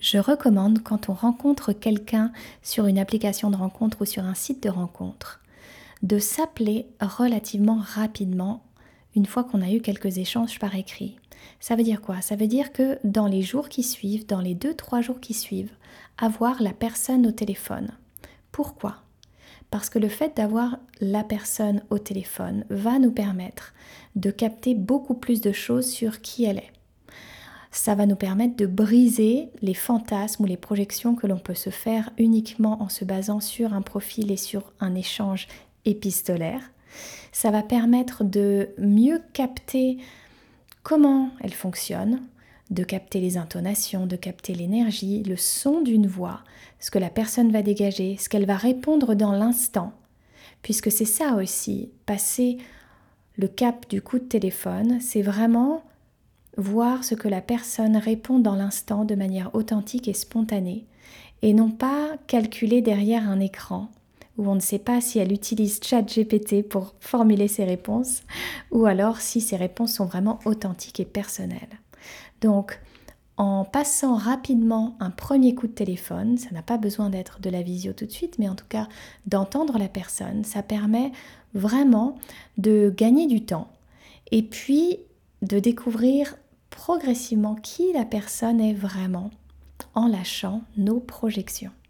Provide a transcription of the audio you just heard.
Je recommande quand on rencontre quelqu'un sur une application de rencontre ou sur un site de rencontre, de s'appeler relativement rapidement une fois qu'on a eu quelques échanges par écrit. Ça veut dire quoi? Ça veut dire que dans les jours qui suivent, dans les 2-3 jours qui suivent, avoir la personne au téléphone. Pourquoi? Parce que le fait d'avoir la personne au téléphone va nous permettre de capter beaucoup plus de choses sur qui elle est. Ça va nous permettre de briser les fantasmes ou les projections que l'on peut se faire uniquement en se basant sur un profil et sur un échange épistolaire. Ça va permettre de mieux capter comment elle fonctionne, de capter les intonations, de capter l'énergie, le son d'une voix, ce que la personne va dégager, ce qu'elle va répondre dans l'instant. Puisque c'est ça aussi, passer le cap du coup de téléphone, c'est vraiment voir ce que la personne répond dans l'instant de manière authentique et spontanée, et non pas calculer derrière un écran où on ne sait pas si elle utilise ChatGPT pour formuler ses réponses ou alors si ses réponses sont vraiment authentiques et personnelles. Donc, en passant rapidement un premier coup de téléphone, ça n'a pas besoin d'être de la visio tout de suite, mais en tout cas d'entendre la personne, ça permet vraiment de gagner du temps et puis de découvrir progressivement qui la personne est vraiment en lâchant nos projections.